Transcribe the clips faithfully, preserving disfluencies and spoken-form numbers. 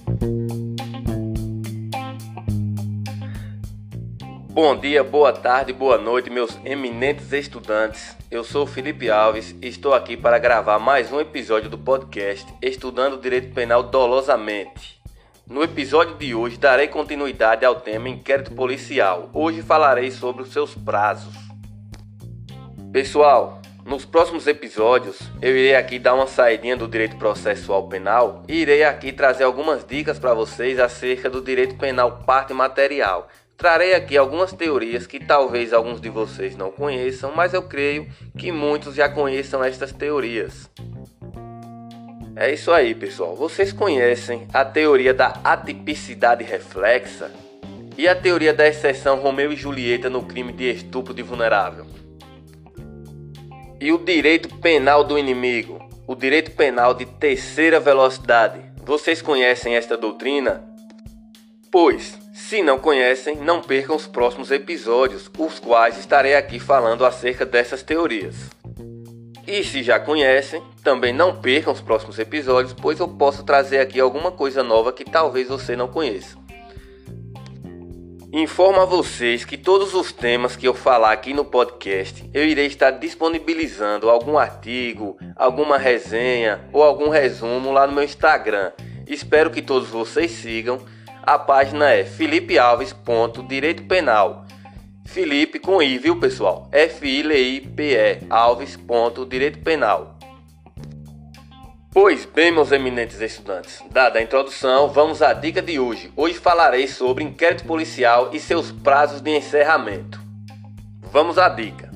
Bom dia, boa tarde, boa noite, meus eminentes estudantes. Eu sou Felipe Alves e estou aqui para gravar mais um episódio do podcast Estudando Direito Penal Dolosamente. No episódio de hoje darei continuidade ao tema inquérito policial. Hoje falarei sobre os seus prazos. Pessoal, nos próximos episódios eu irei aqui dar uma saidinha do direito processual penal e irei aqui trazer algumas dicas para vocês acerca do direito penal parte material. Trarei aqui algumas teorias que talvez alguns de vocês não conheçam, mas eu creio que muitos já conheçam estas teorias. É isso aí, pessoal. Vocês conhecem a teoria da atipicidade reflexa e a teoria da exceção Romeu e Julieta no crime de estupro de vulnerável? E o direito penal do inimigo, o direito penal de terceira velocidade. Vocês conhecem esta doutrina? Pois, se não conhecem, não percam os próximos episódios, os quais estarei aqui falando acerca dessas teorias. E se já conhecem, também não percam os próximos episódios, pois eu posso trazer aqui alguma coisa nova que talvez você não conheça. Informo a vocês que todos os temas que eu falar aqui no podcast, eu irei estar disponibilizando algum artigo, alguma resenha ou algum resumo lá no meu Instagram. Espero que todos vocês sigam. A página é felipe alves ponto direito penal. Felipe com I, viu, pessoal? F I L I P E, alves ponto direito penal. Pois bem, meus eminentes estudantes, dada a introdução, vamos à dica de hoje. Hoje falarei sobre inquérito policial e seus prazos de encerramento. Vamos à dica.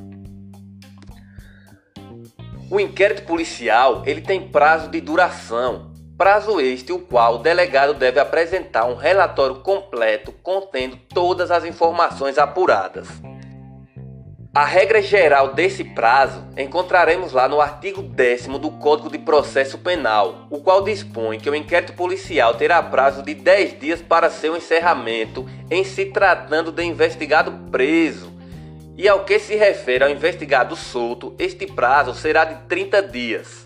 O inquérito policial, ele tem prazo de duração. Prazo este o qual o delegado deve apresentar um relatório completo contendo todas as informações apuradas. A regra geral desse prazo encontraremos lá no artigo décimo do Código de Processo Penal, o qual dispõe que o inquérito policial terá prazo de dez dias para seu encerramento em se tratando de investigado preso. E ao que se refere ao investigado solto, este prazo será de trinta dias.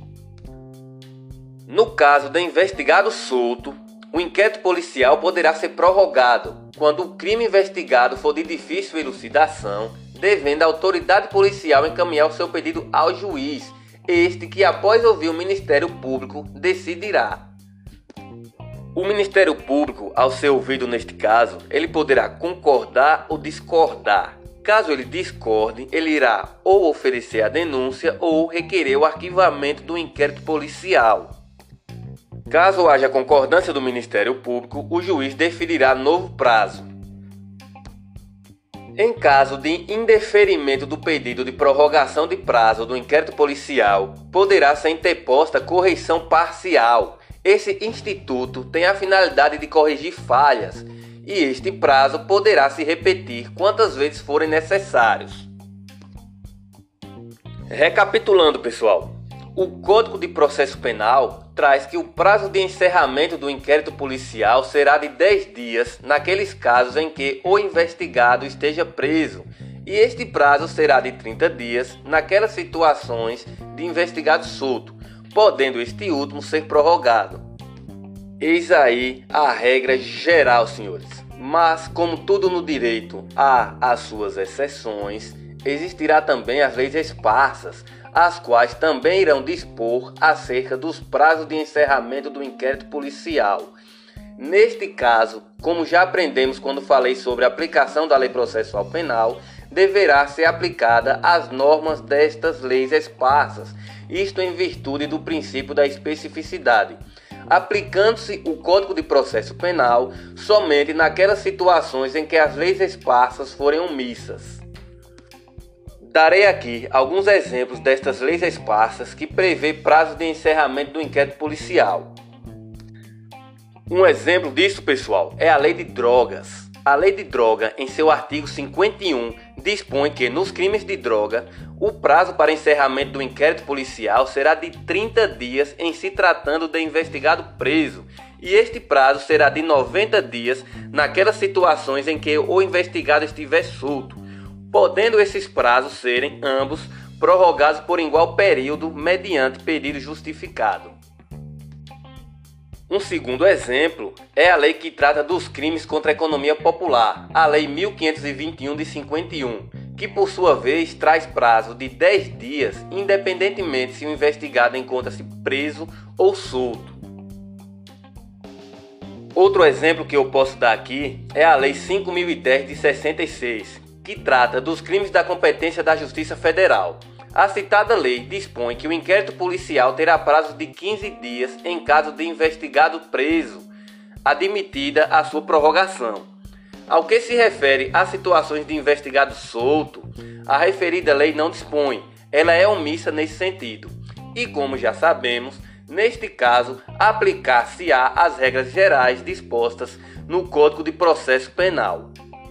No caso de investigado solto, o inquérito policial poderá ser prorrogado quando o crime investigado for de difícil elucidação, devendo a autoridade policial encaminhar o seu pedido ao juiz, este que, após ouvir o Ministério Público, decidirá. O Ministério Público, ao ser ouvido neste caso, ele poderá concordar ou discordar. Caso ele discorde, ele irá ou oferecer a denúncia ou requerer o arquivamento do inquérito policial. Caso haja concordância do Ministério Público, o juiz definirá novo prazo. Em caso de indeferimento do pedido de prorrogação de prazo do inquérito policial, poderá ser interposta correição parcial. Esse instituto tem a finalidade de corrigir falhas, e este prazo poderá se repetir quantas vezes forem necessários. Recapitulando, pessoal. O Código de Processo Penal traz que o prazo de encerramento do inquérito policial será de dez dias naqueles casos em que o investigado esteja preso, e este prazo será de trinta dias naquelas situações de investigado solto, podendo este último ser prorrogado. Eis aí a regra geral, senhores. Mas, como tudo no direito há as suas exceções, existirá também as leis esparsas, as quais também irão dispor acerca dos prazos de encerramento do inquérito policial. Neste caso, como já aprendemos quando falei sobre a aplicação da lei processual penal, deverá ser aplicada as normas destas leis esparsas, isto em virtude do princípio da especificidade, aplicando-se o Código de Processo Penal somente naquelas situações em que as leis esparsas forem omissas. Darei aqui alguns exemplos destas leis esparsas que prevê prazo de encerramento do inquérito policial. Um exemplo disso, pessoal, é a Lei de Drogas. A Lei de Droga, em seu artigo cinquenta e um, dispõe que nos crimes de droga, o prazo para encerramento do inquérito policial será de trinta dias em se tratando de investigado preso, e este prazo será de noventa dias naquelas situações em que o investigado estiver solto, podendo esses prazos serem ambos prorrogados por igual período mediante pedido justificado. Um segundo exemplo é a lei que trata dos crimes contra a economia popular, a Lei mil quinhentos e vinte e um de cinquenta e um, que por sua vez traz prazo de dez dias, independentemente se o investigado encontra-se preso ou solto. Outro exemplo que eu posso dar aqui é a Lei cinco mil e dez de sessenta e seis, que trata dos crimes da competência da Justiça Federal. A citada lei dispõe que o inquérito policial terá prazo de quinze dias em caso de investigado preso, admitida a sua prorrogação. Ao que se refere a situações de investigado solto, a referida lei não dispõe, ela é omissa nesse sentido. E como já sabemos, neste caso, aplicar-se-á as regras gerais dispostas no Código de Processo Penal.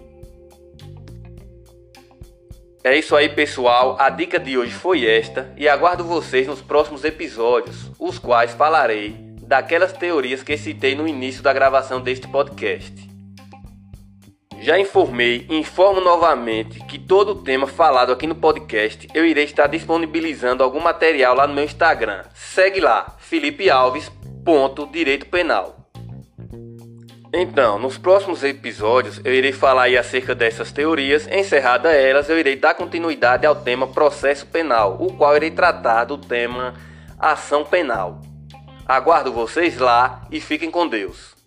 É isso aí, pessoal, a dica de hoje foi esta e aguardo vocês nos próximos episódios, os quais falarei daquelas teorias que citei no início da gravação deste podcast. Já informei e informo novamente que todo o tema falado aqui no podcast eu irei estar disponibilizando algum material lá no meu Instagram. Segue lá, felipe alves ponto direito penal. Então, nos próximos episódios eu irei falar aí acerca dessas teorias. Encerrada elas, eu irei dar continuidade ao tema processo penal, o qual irei tratar do tema ação penal. Aguardo vocês lá e fiquem com Deus.